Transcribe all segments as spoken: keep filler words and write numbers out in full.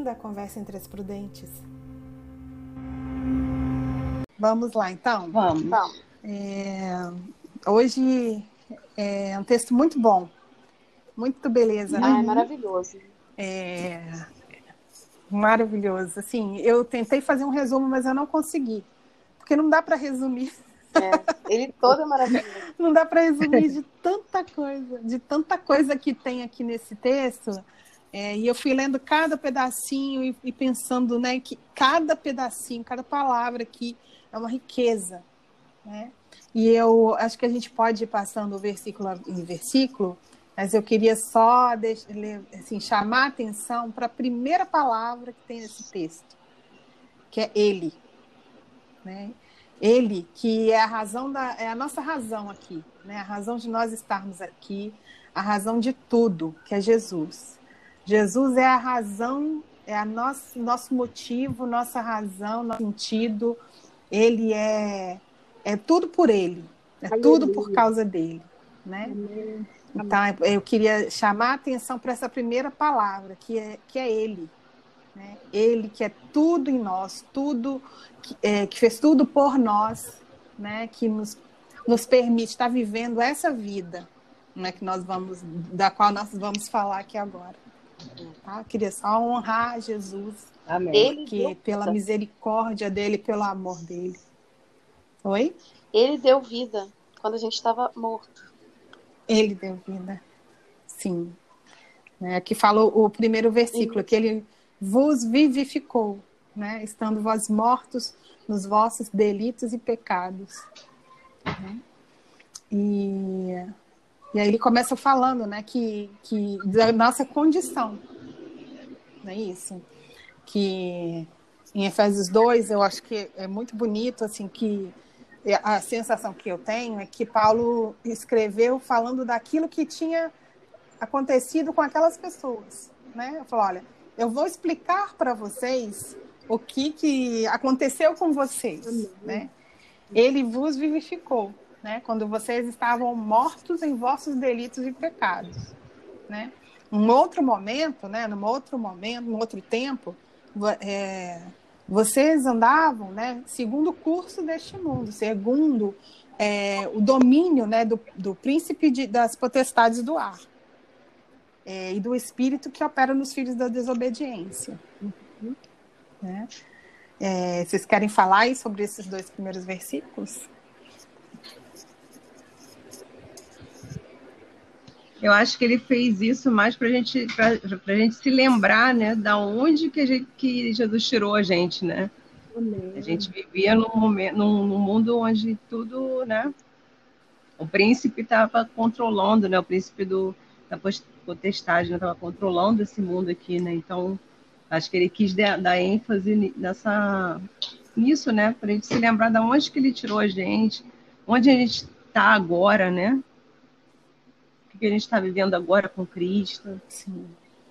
bem-vindo à Conversa entre as Prudentes. Vamos lá, então? Vamos. É, hoje é um texto muito bom, muito beleza, né? Ah, é maravilhoso. É maravilhoso. Assim, eu tentei fazer um resumo, mas eu não consegui, porque não dá para resumir. É, ele todo é maravilhoso. Não dá para resumir de tanta coisa, de tanta coisa que tem aqui nesse texto. É, e eu fui lendo cada pedacinho e, e pensando, né, que cada pedacinho, cada palavra aqui é uma riqueza, né? E eu acho que a gente pode ir passando versículo em versículo, mas eu queria só deixar, assim, chamar a atenção para a primeira palavra que tem nesse texto, que é ele, né? Ele, que é a razão da, é a nossa razão aqui, né? A razão de nós estarmos aqui, a razão de tudo, que é Jesus. Jesus é a razão, é a nosso, nosso motivo, nossa razão, nosso sentido. Ele é, é tudo por ele, é Aleluia. Tudo por causa dele, né? Amém. Então, eu queria chamar a atenção para essa primeira palavra, que é, que é ele. Né? Ele que é tudo em nós, tudo que, é, que fez tudo por nós, né? Que nos, nos permite estar vivendo essa vida, né? Que nós vamos, da qual nós vamos falar aqui agora. Tá? Eu queria só honrar Jesus, Amém. Porque pela misericórdia dele, pelo amor dele. Oi? Ele deu vida quando a gente estava morto. Ele deu vida, sim. Né? Aqui fala o primeiro versículo, que ele vos vivificou, né? Estando vós mortos nos vossos delitos e pecados. Né? E, e aí ele começa falando, né, que, que da nossa condição, não é isso? Que em Efésios dois, eu acho que é muito bonito, assim, que a sensação que eu tenho é que Paulo escreveu falando daquilo que tinha acontecido com aquelas pessoas, né? Eu falo, olha, eu vou explicar para vocês o que, que aconteceu com vocês, uhum. Né? Ele vos vivificou, né? Quando vocês estavam mortos em vossos delitos e pecados, né? Num outro momento, né? Num outro momento, num outro tempo, é, vocês andavam, né? Segundo o curso deste mundo, segundo é, o domínio, né? Do, do príncipe de, das potestades do ar. É, e do espírito que opera nos filhos da desobediência. Uhum. Né? É, vocês querem falar aí sobre esses dois primeiros versículos? Eu acho que ele fez isso mais para gente, a gente se lembrar, né, da onde que, a gente, que Jesus tirou a gente, né? Amém. A gente vivia num, momento, num, num mundo onde tudo, né? O príncipe estava controlando, né? O príncipe do, da potestade estava, né, controlando esse mundo aqui, né? Então, acho que ele quis dar ênfase nessa, nisso, né? Para a gente se lembrar de onde que ele tirou a gente, onde a gente está agora, né? O que a gente está vivendo agora com Cristo. Sim.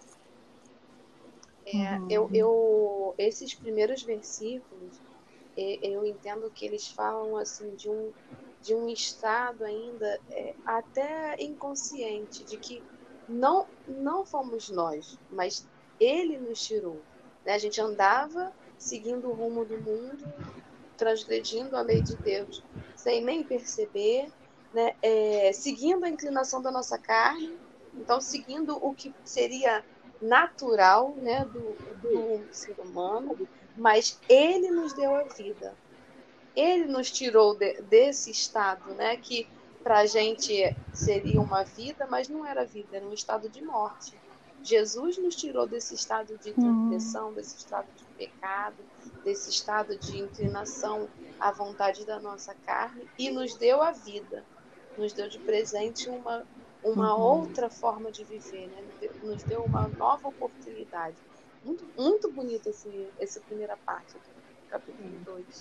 É, uhum. eu, eu, esses primeiros versículos, eu entendo que eles falam assim de um de um estado ainda é, até inconsciente, de que não, não fomos nós, mas ele nos tirou. Né? A gente andava seguindo o rumo do mundo, transgredindo a lei de Deus, sem nem perceber, né? É, seguindo a inclinação da nossa carne, então seguindo o que seria natural, né, do, do ser humano, mas ele nos deu a vida. Ele nos tirou de, desse estado, né, que para a gente seria uma vida, mas não era vida, era um estado de morte. Jesus nos tirou desse estado de transgressão, desse estado de pecado, desse estado de inclinação à vontade da nossa carne e nos deu a vida. Nos deu de presente uma, uma uhum. outra forma de viver, né? Nos deu uma nova oportunidade. Muito, muito bonita essa primeira parte do capítulo dois.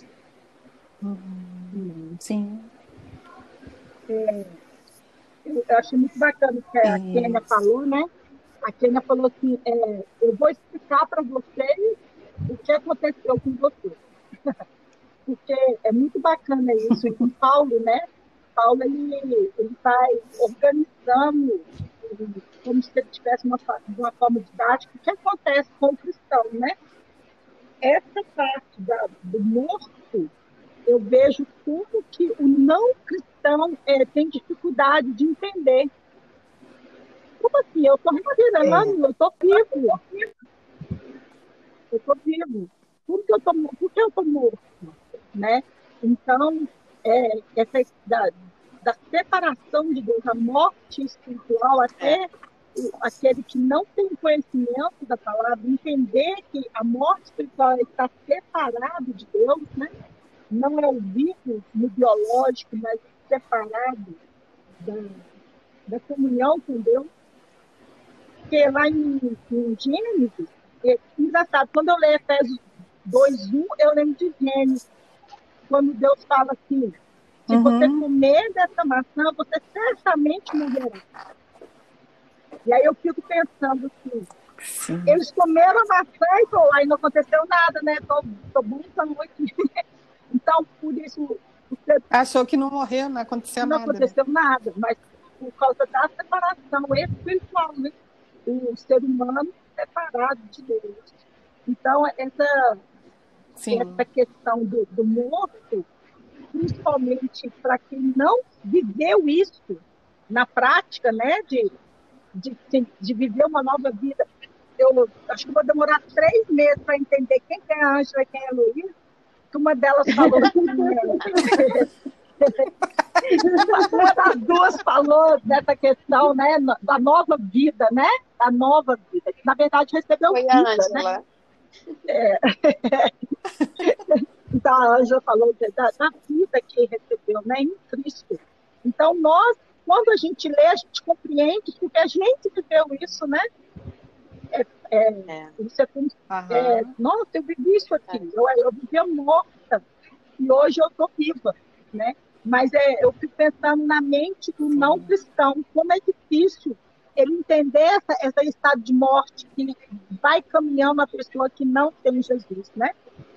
Uhum. Sim. É, eu achei muito bacana o que a Kênia falou, né? A Kênia falou assim, é, eu vou explicar para vocês o que aconteceu com vocês. Porque é muito bacana isso. E Paulo, né? Paulo, ele, ele vai organizando como se ele tivesse uma, uma forma didática. O que acontece com o cristão, né? Essa parte da, do morto, eu vejo como que o não cristão é, tem dificuldade de entender. Como assim? Eu estou respirando, é. eu estou vivo. Eu estou vivo. Por que eu estou Por que eu estou morto? Né? Então, é, essa da, da separação de Deus, a morte espiritual, até é. aquele que não tem conhecimento da palavra, entender que a morte espiritual está separado de Deus, né? Não é o vivo no biológico, mas separado da, da comunhão com Deus. Porque lá em, em Gênesis, é engraçado, quando eu leio Efésios dois, um, eu lembro de Gênesis, quando Deus fala assim, se uhum. você comer dessa maçã, você certamente morrerá. E aí eu fico pensando assim, Sim. eles comeram a maçã e tô, aí não aconteceu nada, né? Tô, tô bom essa noite. Então, por isso... Você... Achou que não morreu, não aconteceu não nada. Não aconteceu né? nada, mas por causa da separação espiritual, né? O ser humano separado de Deus. Então, essa, essa questão do, do morto, principalmente para quem não viveu isso na prática, né, de, de, de viver uma nova vida, eu acho que vou demorar três meses para entender quem é a Ângela e quem é a Luísa, que uma delas falou assim, né? Uma das duas falou dessa questão, né, da nova vida, né? Da nova vida. Que, na verdade, recebeu Foi vida, a Ângela. Né? É. Então, a Ângela falou da, da vida que recebeu, né, em Cristo. Então, nós, quando a gente lê, a gente compreende, porque a gente viveu isso, né? É, é, é. Isso é como, é, nossa, eu vivi isso aqui. É. Eu, eu vivia morta e hoje eu estou viva, né? Mas é, eu fico pensando na mente do Sim. não cristão, como é difícil ele entender essa, esse estado de morte que vai caminhando a pessoa que não tem Jesus, né?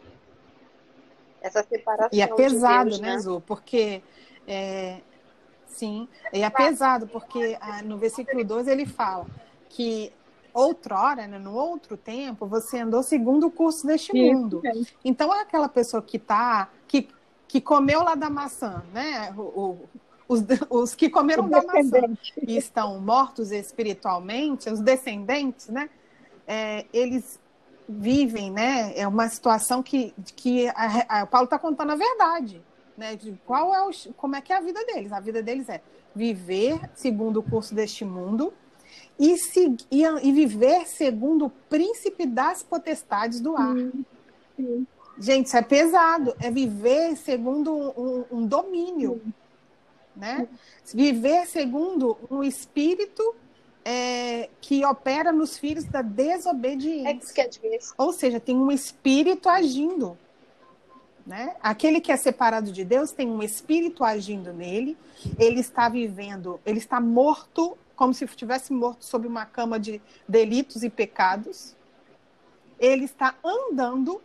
Essa separação E é pesado, de Deus, né, né, Zu? Porque, é, sim, e é pesado, porque ah, no versículo doze ele fala que outrora, né, no outro tempo, você andou segundo o curso deste Isso, mundo. É. Então, é aquela pessoa que tá, que, que comeu lá da maçã, né, o, o, os, os que comeram da maçã e estão mortos espiritualmente, os descendentes, né, é, eles vivem, né, é uma situação que, que a, a, o Paulo está contando a verdade, né, de qual é o, como é que é a vida deles. A vida deles é viver segundo o curso deste mundo e, se, e, e viver segundo o príncipe das potestades do ar. Sim, sim. Gente, isso é pesado, é viver segundo um, um domínio, sim. né? Sim. Viver segundo um espírito é, que opera nos filhos da desobediência. É Ou seja, tem um espírito agindo. Né? Aquele que é separado de Deus tem um espírito agindo nele, ele está vivendo, ele está morto, como se estivesse morto sob uma cama de delitos e pecados. Ele está andando,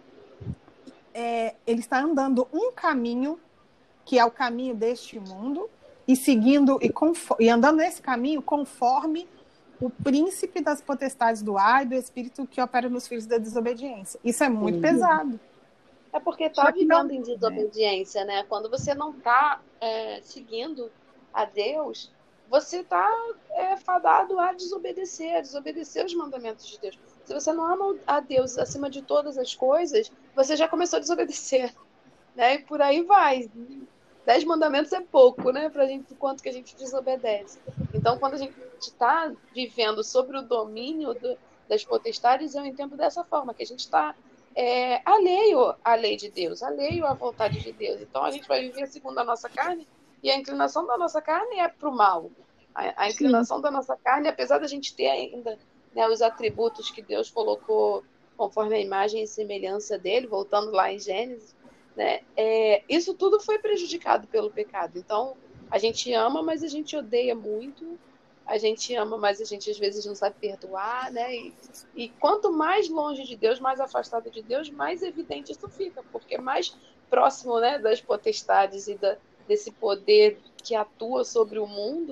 é, ele está andando um caminho, que é o caminho deste mundo, e seguindo e, conforme, e andando nesse caminho conforme o príncipe das potestades do ar e do espírito que opera nos filhos da desobediência. Isso é muito Sim. pesado. É porque está vivendo não... em desobediência, né? Quando você não está é, seguindo a Deus, você está é, fadado a desobedecer, a desobedecer os mandamentos de Deus. Se você não ama a Deus acima de todas as coisas, você já começou a desobedecer, né? E por aí vai. Dez mandamentos é pouco, né? Para a gente, quanto que a gente desobedece. Então, quando a gente está vivendo sobre o domínio do, das potestades, eu entendo dessa forma, que a gente está É, alheio à lei de Deus, alheio à vontade de Deus. Então a gente vai viver segundo a nossa carne, e a inclinação da nossa carne é para o mal. A, a inclinação Sim. da nossa carne, apesar da gente ter ainda, né, os atributos que Deus colocou conforme a imagem e semelhança dele, voltando lá em Gênesis, né, é, isso tudo foi prejudicado pelo pecado. Então a gente ama, mas a gente odeia muito. A gente ama, mas a gente às vezes não sabe perdoar, né? E, e quanto mais longe de Deus, mais afastado de Deus, mais evidente isso fica, porque mais próximo, né, das potestades e da, desse poder que atua sobre o mundo,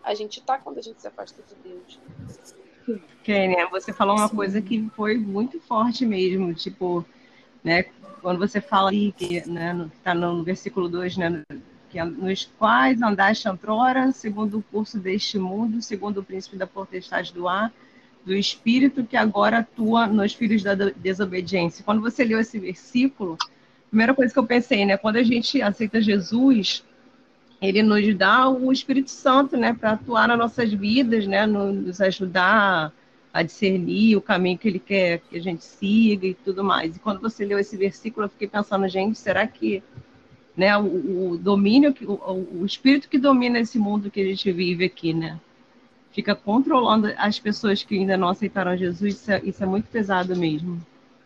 a gente está quando a gente se afasta de Deus. Kênia, você falou uma Sim. coisa que foi muito forte mesmo, tipo, né, quando você fala aí, que né, no, tá no versículo dois, né, que nos quais andaste outrora, segundo o curso deste mundo, segundo o príncipe da potestade do ar, do espírito que agora atua nos filhos da desobediência. Quando você leu esse versículo, a primeira coisa que eu pensei, né, quando a gente aceita Jesus, ele nos dá o Espírito Santo, né, para atuar nas nossas vidas, né, nos ajudar a discernir o caminho que ele quer que a gente siga e tudo mais. E quando você leu esse versículo, eu fiquei pensando, gente, será que, né, o, o domínio, o, o espírito que domina esse mundo que a gente vive aqui, né, fica controlando as pessoas que ainda não aceitaram Jesus? Isso é, isso é muito pesado mesmo.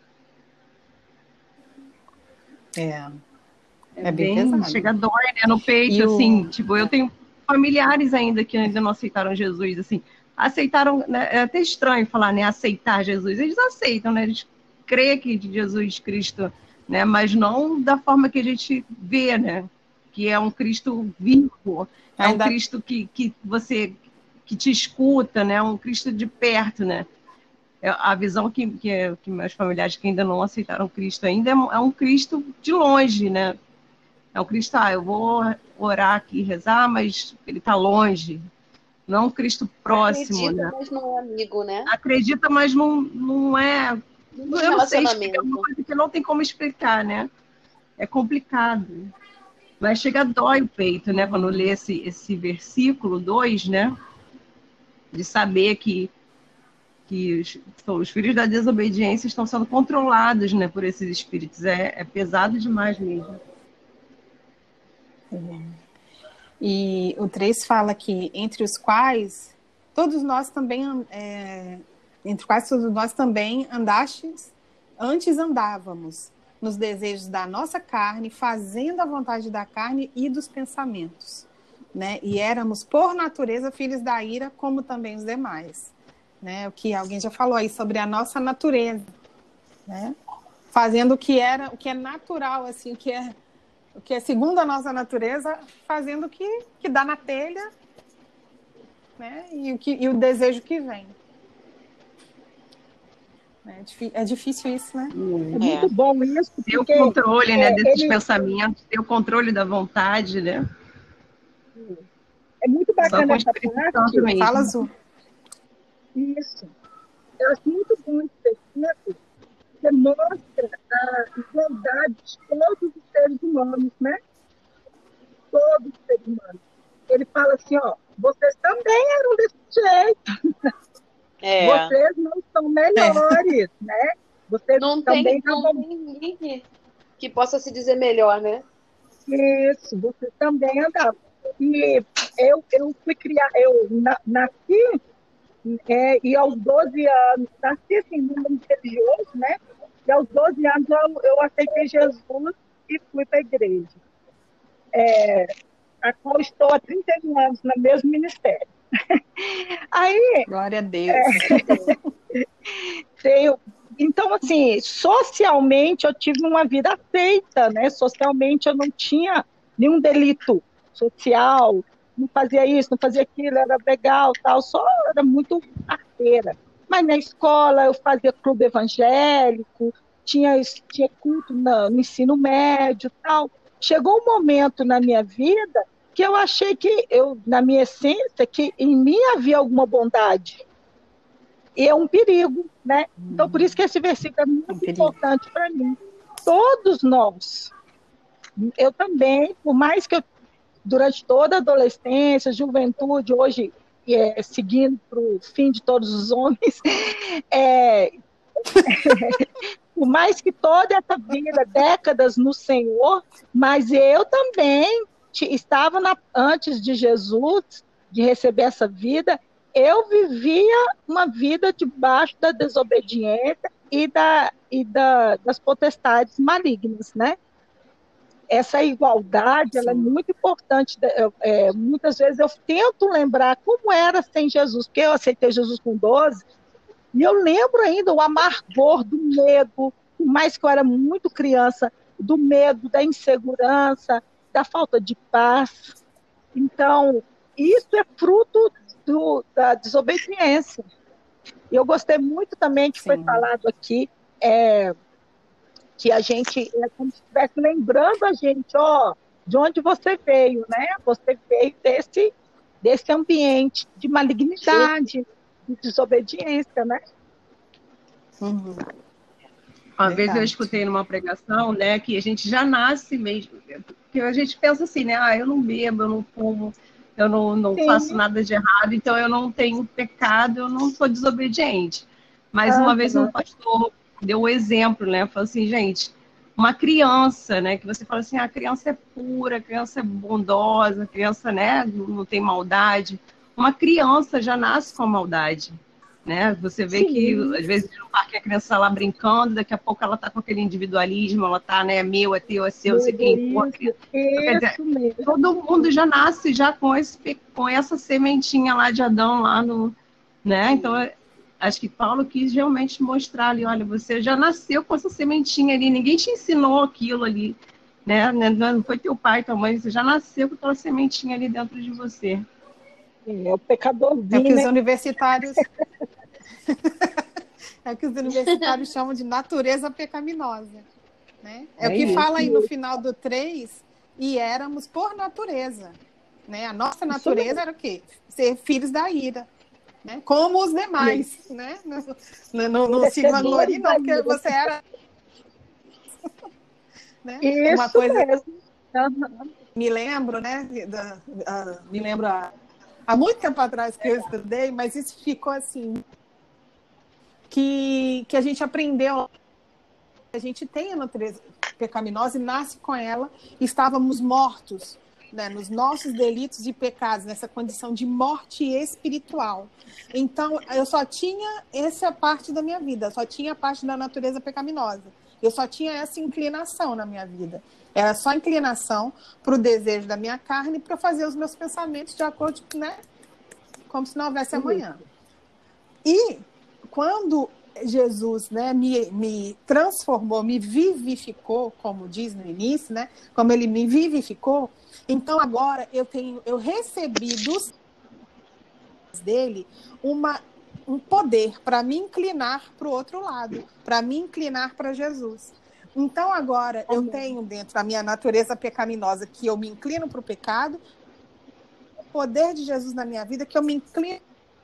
É. É, é bem pesado. Chega dói, né, no peito, e assim, o... tipo, eu tenho familiares ainda que ainda não aceitaram Jesus, assim, aceitaram, né, é até estranho falar, né, aceitar Jesus, eles aceitam, né, eles creem que Jesus Cristo, né, mas não da forma que a gente vê, né, que é um Cristo vivo, é ainda... um Cristo que, que você, que te escuta, né, um Cristo de perto, né. A visão que, que, que meus familiares que ainda não aceitaram Cristo ainda é, é um Cristo de longe, né. É um Cristo, ah, eu vou orar aqui, rezar, mas ele está longe. Não é um Cristo próximo. Acredita, né? mas não é amigo, né? Acredita, mas não, não é... Não eu não sei explicar, é uma coisa que não tem como explicar, né? É complicado. Mas chega, dói o peito, né? Quando lê esse, esse versículo dois, né? De saber que, que os, os filhos da desobediência estão sendo controlados, né, por esses espíritos. É, é pesado demais mesmo. E o três fala que entre os quais todos nós também é, entre quais todos nós também andastes, antes andávamos nos desejos da nossa carne, fazendo a vontade da carne e dos pensamentos, né? E éramos por natureza filhos da ira, como também os demais, né? O que alguém já falou aí sobre a nossa natureza, né? Fazendo o que era, o que é natural, assim, o que é o que é segundo a nossa natureza, fazendo o que, que dá na telha, né? E, o que, e o desejo que vem. É, é difícil isso, né? É muito é. bom isso. Ter o controle, né, é, desses ele... pensamentos, ter o controle da vontade, né? É muito bacana essa parte. Fala, Azul. Isso. Eu acho muito bom esse versículo, que mostra a igualdade de todos os seres humanos, né? Todos os seres humanos. Ele fala assim, ó, vocês também eram desse jeito. É. Vocês não são melhores, é. né? Vocês não também tem, não tem ninguém que, que possa se dizer melhor, né? Isso, vocês também andavam. E eu, eu fui criar, eu na, nasci é, e aos doze anos, nasci assim, no mundo religioso, né? E aos doze anos eu, eu aceitei Jesus e fui para a igreja, é, a qual estou há trinta e um anos no mesmo ministério. Aí, glória a Deus. É, tenho, então, assim, socialmente eu tive uma vida aceita, né? Socialmente eu não tinha nenhum delito social, não fazia isso, não fazia aquilo, era legal, tal, só era muito arteira. Mas na escola eu fazia clube evangélico, tinha, tinha culto no, no ensino médio, tal. Chegou um momento na minha vida que eu achei que, eu, na minha essência, que em mim havia alguma bondade. E é um perigo, né? Hum. Então, por isso que esse versículo é muito um importante para mim. Todos nós, eu também, por mais que eu, durante toda a adolescência, juventude, hoje, é, seguindo para o fim de todos os homens, é, por mais que toda essa vida, décadas no Senhor, mas eu também estava na, antes de Jesus, de receber essa vida, eu vivia uma vida debaixo da desobediência e, da, e da, das potestades malignas, né? Essa igualdade, ela é muito importante. É, muitas vezes eu tento lembrar como era sem Jesus, porque eu aceitei Jesus com doze, e eu lembro ainda o amargor do medo, por mais que eu era muito criança, do medo, da insegurança, da falta de paz. Então, isso é fruto do, da desobediência. E eu gostei muito também que Sim. foi falado aqui, é, que a gente, é como se estivesse lembrando a gente, ó, de onde você veio, né? Você veio desse, desse ambiente de malignidade, de desobediência, né? Uhum. Uma Verdade. vez eu escutei numa pregação, né, que a gente já nasce mesmo, porque a gente pensa assim, né, ah, eu não bebo, eu não fumo, eu não, não faço nada de errado, então eu não tenho pecado, eu não sou desobediente. Mas uma ah, vez um pastor deu um exemplo, né, falou assim, gente, uma criança, né, que você fala assim, ah, a criança é pura, a criança é bondosa, a criança, né, não tem maldade. Uma criança já nasce com maldade. Né? Você vê Sim. que, às vezes, no parque a criança está lá brincando, daqui a pouco ela está com aquele individualismo, ela está, né, meu, é teu, é seu, não sei quem for. Quer dizer, todo mundo já nasce já com, esse, com essa sementinha lá de Adão, lá no, né? Então, acho que Paulo quis realmente mostrar ali, olha, você já nasceu com essa sementinha ali, ninguém te ensinou aquilo ali, né? Não foi teu pai, tua mãe, você já nasceu com aquela sementinha ali dentro de você. É o pecadorzinho, é o que né? os universitários é o que os universitários chamam de natureza pecaminosa, né? É, é o que isso, fala aí no final do três, e éramos por natureza, né? A nossa natureza era o quê? Ser filhos da ira, né? Como os demais, isso. né? Não, não, não se vanglorie, não, porque você era né? Isso Uma coisa mesmo. Uhum. Me lembro, né? Da, uh, me lembro há, há muito tempo atrás que eu estudei, mas isso ficou assim, que, que a gente aprendeu, a gente tem a natureza pecaminosa e nasce com ela, e estávamos mortos, né, nos nossos delitos e pecados, nessa condição de morte espiritual. Então, eu só tinha essa parte da minha vida, só tinha a parte da natureza pecaminosa. Eu só tinha essa inclinação na minha vida. Era só inclinação para o desejo da minha carne, para fazer os meus pensamentos de acordo, né, como se não houvesse amanhã. E quando Jesus, né, me, me transformou, me vivificou, como diz no início, né, como ele me vivificou, então agora eu tenho, eu recebi dos dele uma, um poder para me inclinar para o outro lado, para me inclinar para Jesus. Então agora eu tenho dentro da minha natureza pecaminosa que eu me inclino para o pecado, o poder de Jesus na minha vida que eu me inclino.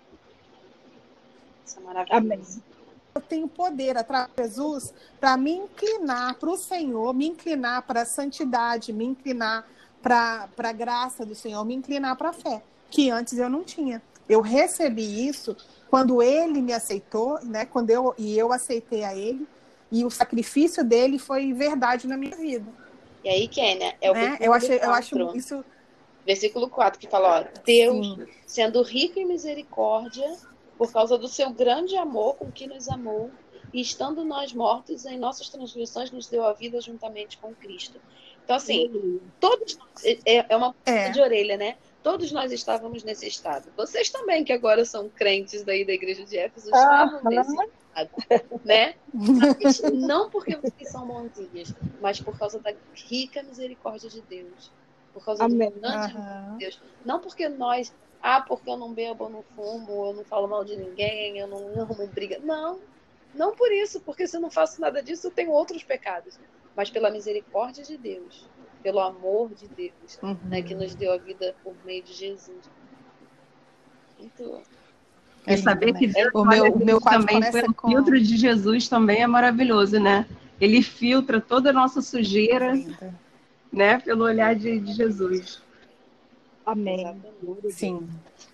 Isso é maravilhoso. Amém. Eu tenho poder, através de Jesus, para me inclinar para o Senhor, me inclinar para a santidade, me inclinar para a graça do Senhor, me inclinar para a fé, que antes eu não tinha. Eu recebi isso quando Ele me aceitou, né? Quando eu, e eu aceitei a Ele, e o sacrifício dele foi verdade na minha vida. E aí, Kênia, é o né? eu, achei, eu acho isso... Versículo quatro, que fala, ó, Deus, Sim. sendo rico em misericórdia, por causa do seu grande amor com que nos amou, e estando nós mortos em nossas transgressões, nos deu a vida juntamente com Cristo. Então, assim, uhum. todos... É, é uma é. de orelha, né? Todos nós estávamos nesse estado. Vocês também, que agora são crentes daí da igreja de Éfeso, estavam ah, nesse estado, né? Mas não porque vocês são bonzinhos, mas por causa da rica misericórdia de Deus. Por causa Amém. do grande amor de Deus. Não porque nós... Ah, porque eu não bebo, eu não fumo, eu não falo mal de ninguém, eu não arrumo briga. Não, não por isso, porque se eu não faço nada disso, eu tenho outros pecados. Mas pela misericórdia de Deus, pelo amor de Deus, uhum. né, que nos deu a vida por meio de Jesus. Muito... E saber que Deus, o meu, o meu também pelo com... filtro de Jesus também é maravilhoso, né? Ele filtra toda a nossa sujeira, né, pelo olhar de, de Jesus. Amém. Sim.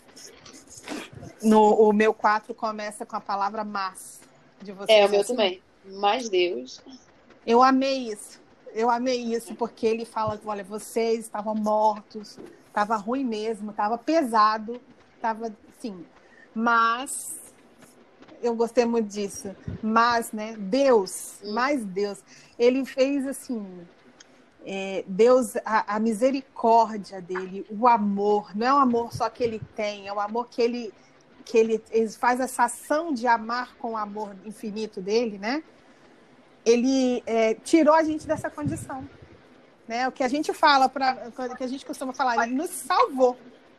No, o meu quatro começa com a palavra mas. De vocês, é, o meu assim. também. Mas Deus. Eu amei isso. Eu amei isso, porque ele fala, olha, vocês estavam mortos, estava ruim mesmo, estava pesado, estava, sim. Mas, eu gostei muito disso. Mas, né, Deus, hum. mais Deus, ele fez assim... É, Deus, a, a misericórdia dele, o amor, não é um amor só que ele tem, é um amor que ele, que ele, ele faz essa ação de amar com o amor infinito dele, né? Ele é, tirou a gente dessa condição, né? O que a gente fala, pra, o que a gente costuma falar, ele nos salvou,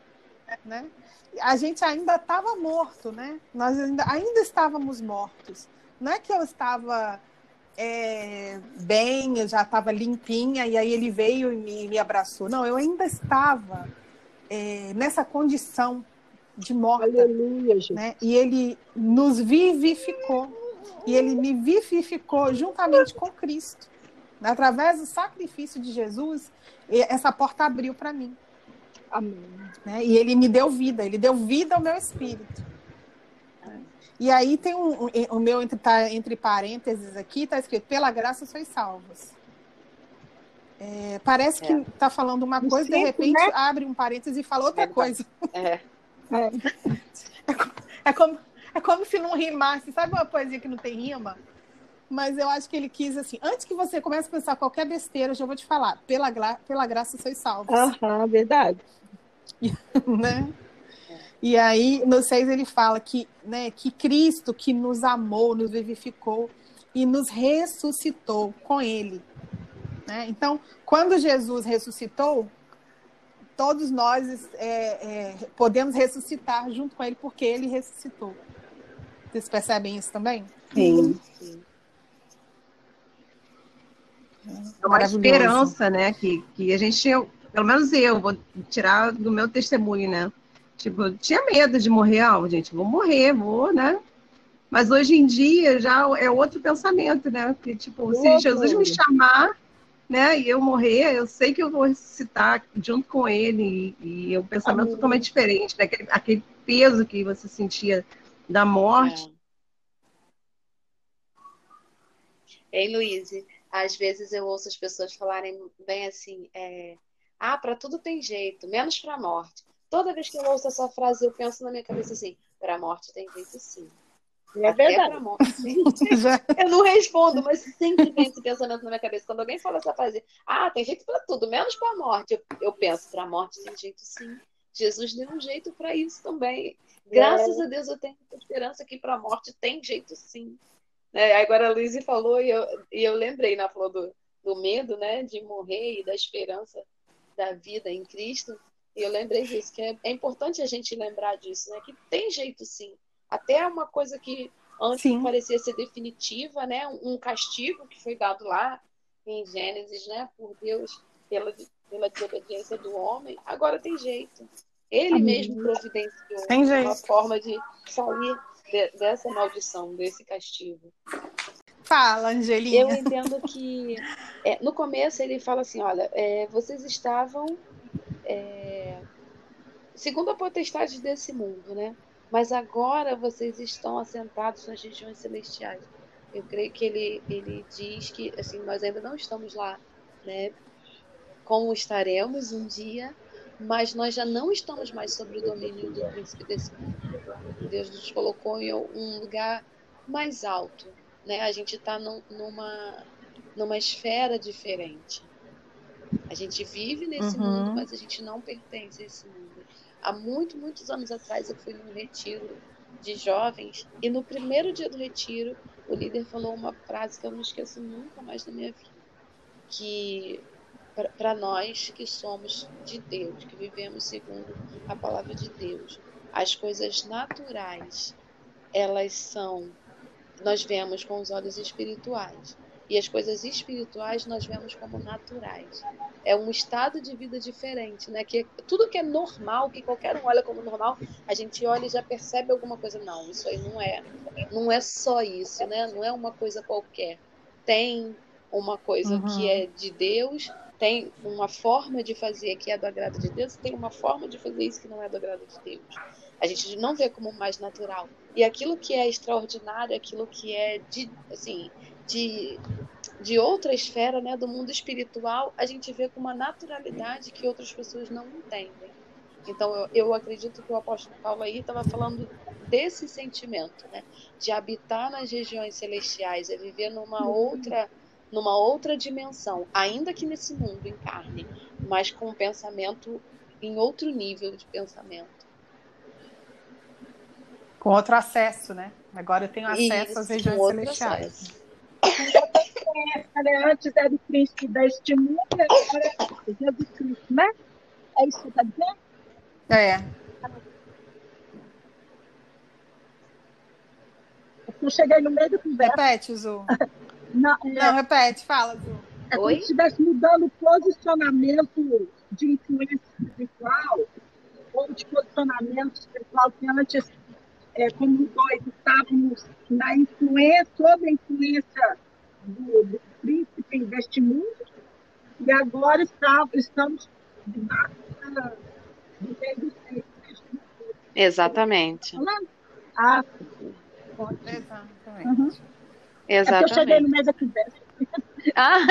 né? A gente ainda estava morto, né? Nós ainda, ainda estávamos mortos. Não é que eu estava é, bem, eu já estava limpinha, e aí ele veio e me, me abraçou. Não, eu ainda estava é, nessa condição de morta. Aleluia, Jesus. Né? E ele nos vivificou. E ele me vivificou juntamente com Cristo. Através do sacrifício de Jesus, essa porta abriu para mim. Amém. Né? E ele me deu vida, ele deu vida ao meu espírito. E aí tem um, um, o meu entre, tá, entre parênteses aqui, está escrito, pela graça sois salvos. É, parece que está é. falando uma coisa, de repente né? abre um parênteses e fala outra é, coisa. É. É. É, como, é como se não rimasse. Sabe uma poesia que não tem rima? Mas eu acho que ele quis assim, antes que você comece a pensar qualquer besteira, eu já vou te falar, pela, gra, pela graça sois salvos. Aham, verdade. Né? E aí, no seis, ele fala que, né, que Cristo que nos amou, nos vivificou e nos ressuscitou com ele. Né? Então, quando Jesus ressuscitou, todos nós é, é, podemos ressuscitar junto com ele, porque ele ressuscitou. Vocês percebem isso também? Sim. Sim. É uma esperança, né? Que, que a gente, pelo menos eu, vou tirar do meu testemunho, né? Tipo, eu tinha medo de morrer, ah, gente, vou morrer, vou, né? Mas hoje em dia já é outro pensamento, né? Que, tipo, oh, se Jesus me chamar, né, e eu morrer, eu sei que eu vou ressuscitar junto com ele, e, e é um pensamento Amém. Totalmente diferente, né? Aquele, aquele peso que você sentia da morte. É. Ei, Luiz, às vezes eu ouço as pessoas falarem bem assim, é, ah, para tudo tem jeito, menos para a morte. Toda vez que eu ouço essa frase, eu penso na minha cabeça assim, para a morte tem jeito sim. É Até verdade. Pra morte, sim. Eu não respondo, mas sempre vem esse pensamento na minha cabeça. Quando alguém fala essa frase, ah, tem jeito para tudo, menos para a morte. Eu, eu penso, para a morte tem jeito sim. Jesus deu um jeito para isso também. Graças é. a Deus eu tenho esperança que para a morte tem jeito sim. É, agora a Luísa falou e eu, e eu lembrei, né, falou do, do medo, né, de morrer e da esperança da vida em Cristo. E eu lembrei disso, que é, é importante a gente lembrar disso, né, que tem jeito sim. Até uma coisa que antes sim. parecia ser definitiva, né, um castigo que foi dado lá em Gênesis, né, por Deus, pela, pela desobediência do homem, agora tem jeito. Ele Amém. Mesmo providenciou tem uma jeito. Forma de sair de, dessa maldição, desse castigo. Fala, Angelinha. Eu entendo que é, no começo ele fala assim, olha, é, vocês estavam é, segundo a potestade desse mundo, né? Mas agora vocês estão assentados nas regiões celestiais. Eu creio que ele, ele diz que assim, nós ainda não estamos lá, né? Como estaremos um dia, mas nós já não estamos mais sob o domínio do príncipe desse mundo. Deus nos colocou em um lugar mais alto, né? A gente está num, numa, numa esfera diferente. A gente vive nesse uhum. mundo, mas a gente não pertence a esse mundo. Há muito, muitos anos atrás eu fui num retiro de jovens e no primeiro dia do retiro o líder falou uma frase que eu não esqueço nunca mais da minha vida, que para nós que somos de Deus, que vivemos segundo a palavra de Deus, as coisas naturais, elas são, nós vemos com os olhos espirituais. E as coisas espirituais nós vemos como naturais. É um estado de vida diferente, né? Que tudo que é normal, que qualquer um olha como normal, a gente olha e já percebe alguma coisa. Não, isso aí não é. Não é só isso, né? Não é uma coisa qualquer. Tem uma coisa uhum. que é de Deus, tem uma forma de fazer que é do agrado de Deus, tem uma forma de fazer isso que não é do agrado de Deus. A gente não vê como mais natural. E aquilo que é extraordinário, aquilo que é de, assim, de, de outra esfera, né, do mundo espiritual, a gente vê com uma naturalidade que outras pessoas não entendem. Então, eu, eu acredito que o apóstolo Paulo aí estava falando desse sentimento, né, de habitar nas regiões celestiais, é viver numa outra, numa outra dimensão, ainda que nesse mundo em carne, mas com um pensamento em outro nível de pensamento. Com outro acesso, né? Agora eu tenho acesso Isso, às regiões celestiais. Antes era o príncipe deste mundo, agora é Jesus Cristo, né? É isso que você está dizendo? É. Eu cheguei no meio da conversa. Repete, Zu. Não, é, Não, repete, fala, Zu. é como Oi? se estivesse mudando o posicionamento de influência espiritual ou de posicionamento espiritual que antes, é, como nós estávamos na influência, sob a influência do, do príncipe deste mundo, e agora está, estamos debaixo da- do rei dos reis. Exatamente. Falando? Ah, ótimo. Exatamente. Uhum. É porque eu cheguei no Exatamente. meio da conversa. Ah,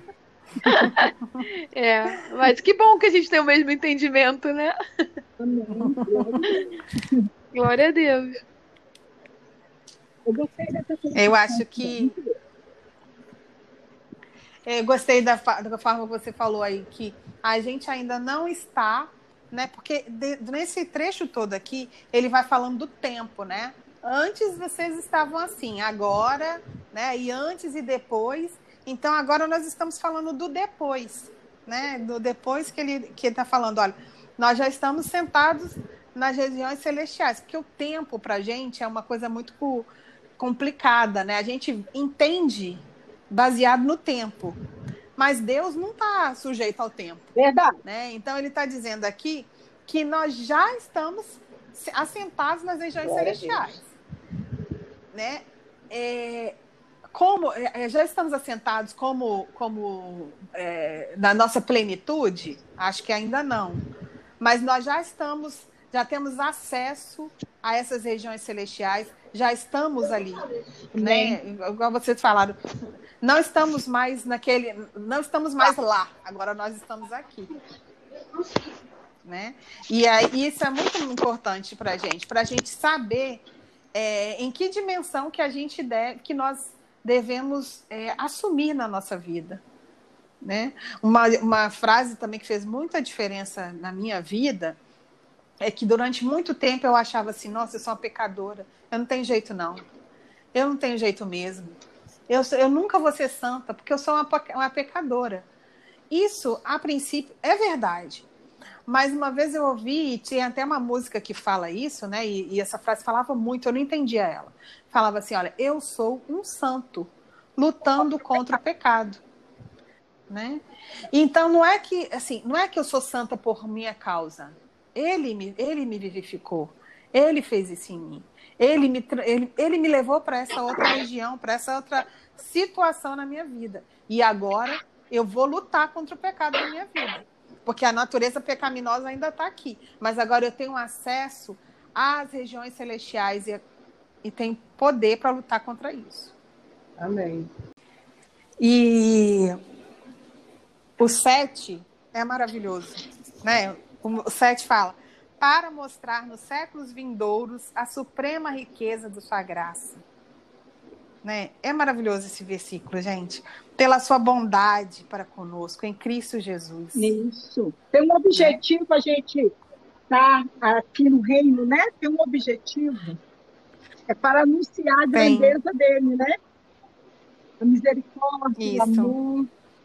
é, mas que bom que a gente tem o mesmo entendimento, né? Amém. Glória a Deus. Glória a Deus. Eu gostei dessa Eu acho colocação. que Muito bom. eu gostei da, fa- da forma que você falou aí, que a gente ainda não está, né? Porque de- nesse trecho todo aqui, ele vai falando do tempo, né? Antes vocês estavam assim, agora, né? E antes e depois. Então agora nós estamos falando do depois, né? Do depois que ele que está falando, olha, nós já estamos sentados nas regiões celestiais, porque o tempo para a gente é uma coisa muito co- complicada, né? A gente entende baseado no tempo. Mas Deus não está sujeito ao tempo. Verdade. Né? Então, ele está dizendo aqui que nós já estamos assentados nas regiões Glória a celestiais. Né? É, como, é, já estamos assentados como, como é, na nossa plenitude? Acho que ainda não. Mas nós já estamos, já temos acesso a essas regiões celestiais, já estamos ali. Né? Igual vocês falaram, não estamos mais naquele, não estamos mais lá, agora nós estamos aqui. Né? E aí, isso é muito importante para a gente, para a gente saber é, em que dimensão que a gente deve, que nós devemos é, assumir na nossa vida. Né? Uma, uma frase também que fez muita diferença na minha vida é que durante muito tempo eu achava assim, nossa, eu sou uma pecadora, eu não tenho jeito não, eu não tenho jeito mesmo, eu, eu nunca vou ser santa porque eu sou uma, uma pecadora. Isso, a princípio, é verdade. Mas uma vez eu ouvi, e tinha até uma música que fala isso, né? E, e essa frase falava muito, eu não entendia ela. Falava assim, olha, eu sou um santo lutando contra o pecado. Né? Então não é que assim, não é que eu sou santa por minha causa. Ele me, ele me vivificou. Ele fez isso em mim. Ele me, ele, ele me levou para essa outra região, para essa outra situação na minha vida. E agora eu vou lutar contra o pecado na minha vida. Porque a natureza pecaminosa ainda está aqui. Mas agora eu tenho acesso às regiões celestiais e, e tenho poder para lutar contra isso. Amém. E o sete é maravilhoso, né? O sete fala, para mostrar nos séculos vindouros a suprema riqueza de sua graça. Né? É maravilhoso esse versículo, gente. Pela sua bondade para conosco, em Cristo Jesus. Isso. Tem um objetivo, né? A gente estar aqui no reino, né? Tem um objetivo. É para anunciar a grandeza Tem. dele, né? A misericórdia, Isso. o amor.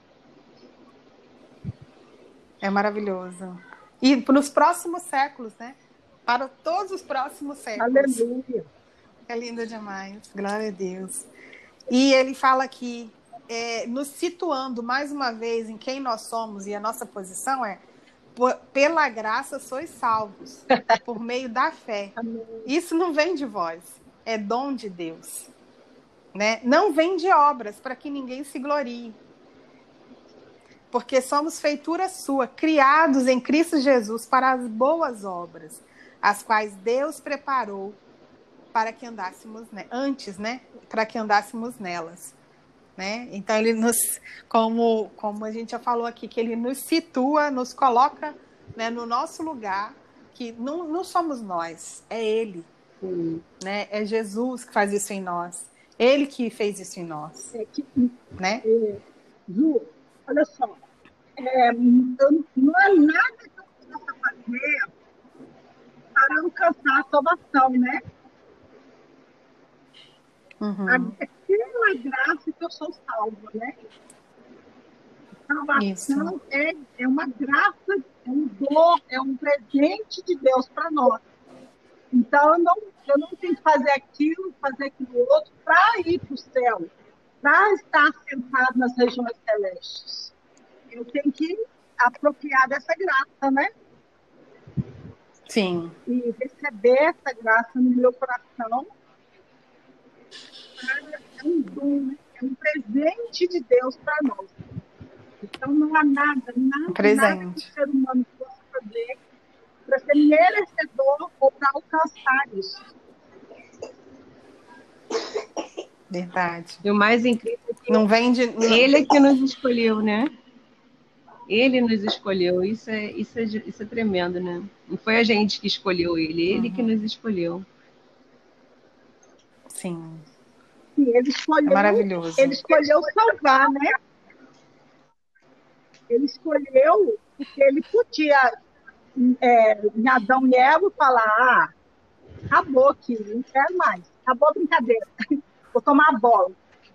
É maravilhoso. E nos próximos séculos, né? Para todos os próximos séculos. Aleluia. É lindo demais. Glória a Deus. E ele fala aqui, é, nos situando mais uma vez em quem nós somos, e a nossa posição é, pela graça sois salvos, por meio da fé. Amém. Isso não vem de vós, é dom de Deus. Né? Não vem de obras, para que ninguém se glorie. Porque somos feitura sua, criados em Cristo Jesus para as boas obras, as quais Deus preparou para que andássemos, né? antes, né? Para que andássemos nelas. Né? Então, ele nos, como, como a gente já falou aqui, que ele nos situa, nos coloca, né, no nosso lugar, que não, não somos nós, é ele. Sim. Né? É Jesus que faz isso em nós. Ele que fez isso em nós. É que, né? é, Ju, olha só, é, não é nada que eu possa fazer para alcançar a salvação, né? Uhum. É pela graça que eu sou salva, né? Salvação é, é uma graça, é um dom, é um presente de Deus para nós. Então, eu não, Eu não tenho que fazer aquilo, fazer aquilo outro para ir para o céu, para estar sentado nas regiões celestes. Eu tenho que apropriar dessa graça, né? Sim. E receber essa graça no meu coração. É um dom, né? É um presente de Deus para nós. Então, não há nada, nada, Um presente. nada que o ser humano possa fazer para ser merecedor ou para alcançar isso. Verdade. E o mais incrível é que Não vem de. ele é que nos escolheu, né? Ele nos escolheu. Isso é, isso é, isso é tremendo, né? Não foi a gente que escolheu ele, ele uhum. que nos escolheu. Sim. E ele escolheu, é maravilhoso. Ele escolheu salvar, né? Ele escolheu porque ele podia, é, em Adão e Eva, falar: ah, acabou aqui, não quero mais, acabou a brincadeira, vou tomar a bola.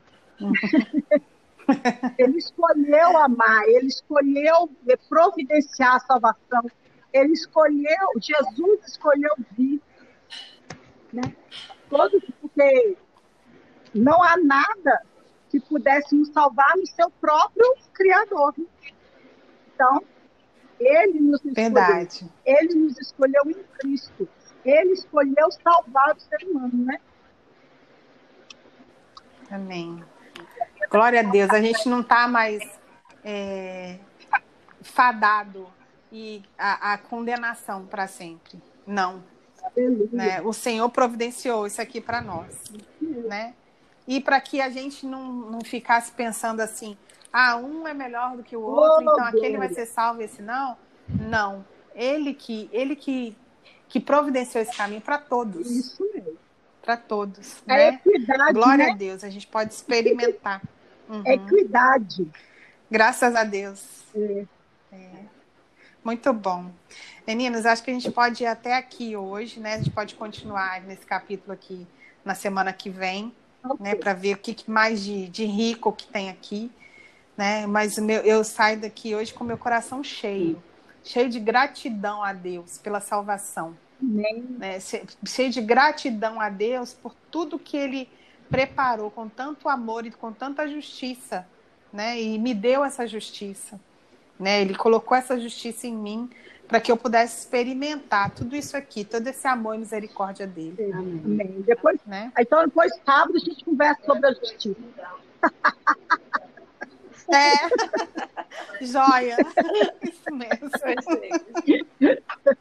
Ele escolheu amar, ele escolheu providenciar a salvação, ele escolheu, Jesus escolheu vir, né? Todo, porque não há nada que pudesse nos salvar no seu próprio Criador. Então, ele nos escolheu. Verdade. Ele nos escolheu em Cristo. Ele escolheu salvar o ser humano, né? Amém. Glória a Deus. A gente não está mais é, fadado e a, a condenação para sempre. Não. Né? O Senhor providenciou isso aqui para nós. Né? E para que a gente não, não ficasse pensando assim, ah, um é melhor do que o outro, oh, então aquele vai ser salvo e esse não. Não. Ele que, ele que, que providenciou esse caminho para todos. Isso mesmo. Para todos. É né? equidade, Glória né? a Deus, a gente pode experimentar. Uhum. Equidade. Graças a Deus. É. É. Muito bom. Meninas, acho que a gente pode ir até aqui hoje, né? A gente pode continuar nesse capítulo aqui na semana que vem, okay. né? Para ver o que mais de, de rico que tem aqui, né? Mas o meu, eu saio daqui hoje com o meu coração cheio, Sim. cheio de gratidão a Deus pela salvação. Né? Cheio de gratidão a Deus por tudo que Ele preparou com tanto amor e com tanta justiça, né? E me deu essa justiça, né? Ele colocou essa justiça em mim para que eu pudesse experimentar tudo isso aqui, todo esse amor e misericórdia dele. Amém. Amém. Depois, né? Então, depois sábado a gente conversa sobre a justiça. É, joia. Isso mesmo.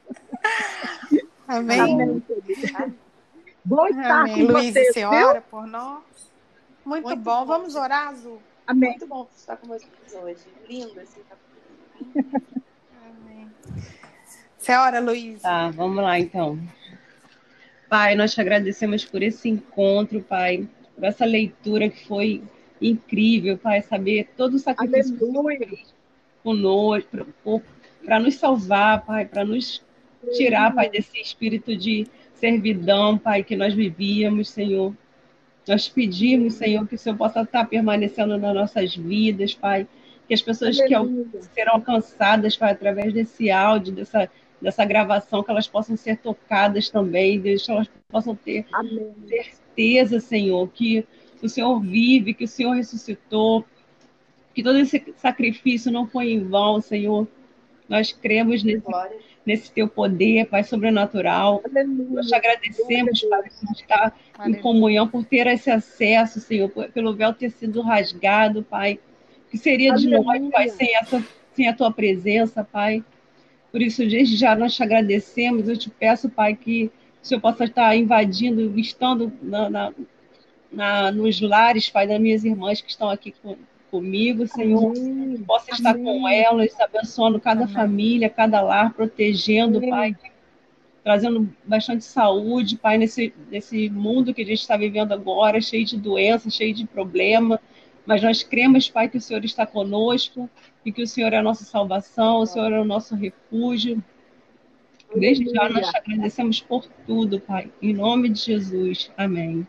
Amém. Amém. Bom estar Amém. com Luiz, vocês, você viu? ora por nós. Muito, Muito bom. bom. Vamos orar, Azul? Amém. Muito bom estar com vocês hoje. Lindo esse capítulo. Amém. Você ora, Luiz? Tá, vamos lá então. Pai, nós te agradecemos por esse encontro, Pai, por essa leitura que foi incrível, Pai, saber todo o sacrifício que você fez conosco, para nos salvar, Pai, para nos tirar, Pai, desse espírito de servidão, Pai, que nós vivíamos, Senhor. Nós pedimos, Senhor, que o Senhor possa estar permanecendo nas nossas vidas, Pai, que as pessoas Aleluia. que serão alcançadas, Pai, através desse áudio, dessa, dessa gravação, que elas possam ser tocadas também, que elas possam ter Amém. certeza, Senhor, que o Senhor vive, que o Senhor ressuscitou, que todo esse sacrifício não foi em vão, Senhor. Nós cremos nesse, nesse teu poder, Pai, sobrenatural. Aleluia. Nós te agradecemos, Pai, por estar Aleluia. em comunhão, por ter esse acesso, Senhor, pelo véu ter sido rasgado, Pai. Que seria de Aleluia. nós, Pai, sem, essa, sem a tua presença, Pai. Por isso, desde já nós te agradecemos. Eu te peço, Pai, que o Senhor possa estar invadindo, estando na, na, na, nos lares, Pai, das minhas irmãs que estão aqui com, comigo, Senhor. Amém. Possa estar Amém. com elas, abençoando cada Amém. família, cada lar, protegendo, Amém. Pai, trazendo bastante saúde, Pai, nesse, nesse mundo que a gente está vivendo agora, cheio de doenças, cheio de problema. Mas nós cremos, Pai, que o Senhor está conosco e que o Senhor é a nossa salvação, o Senhor é o nosso refúgio. Desde já nós te agradecemos por tudo, Pai. Em nome de Jesus. Amém.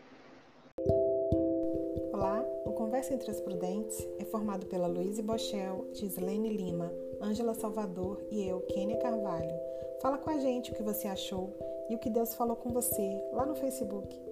Olá, o Conversa Entre as Prudentes é formado pela Luíse Bochel, Gislene Lima, Ângela Salvador e eu, Kênia Carvalho. Fala com a gente o que você achou e o que Deus falou com você lá no Facebook.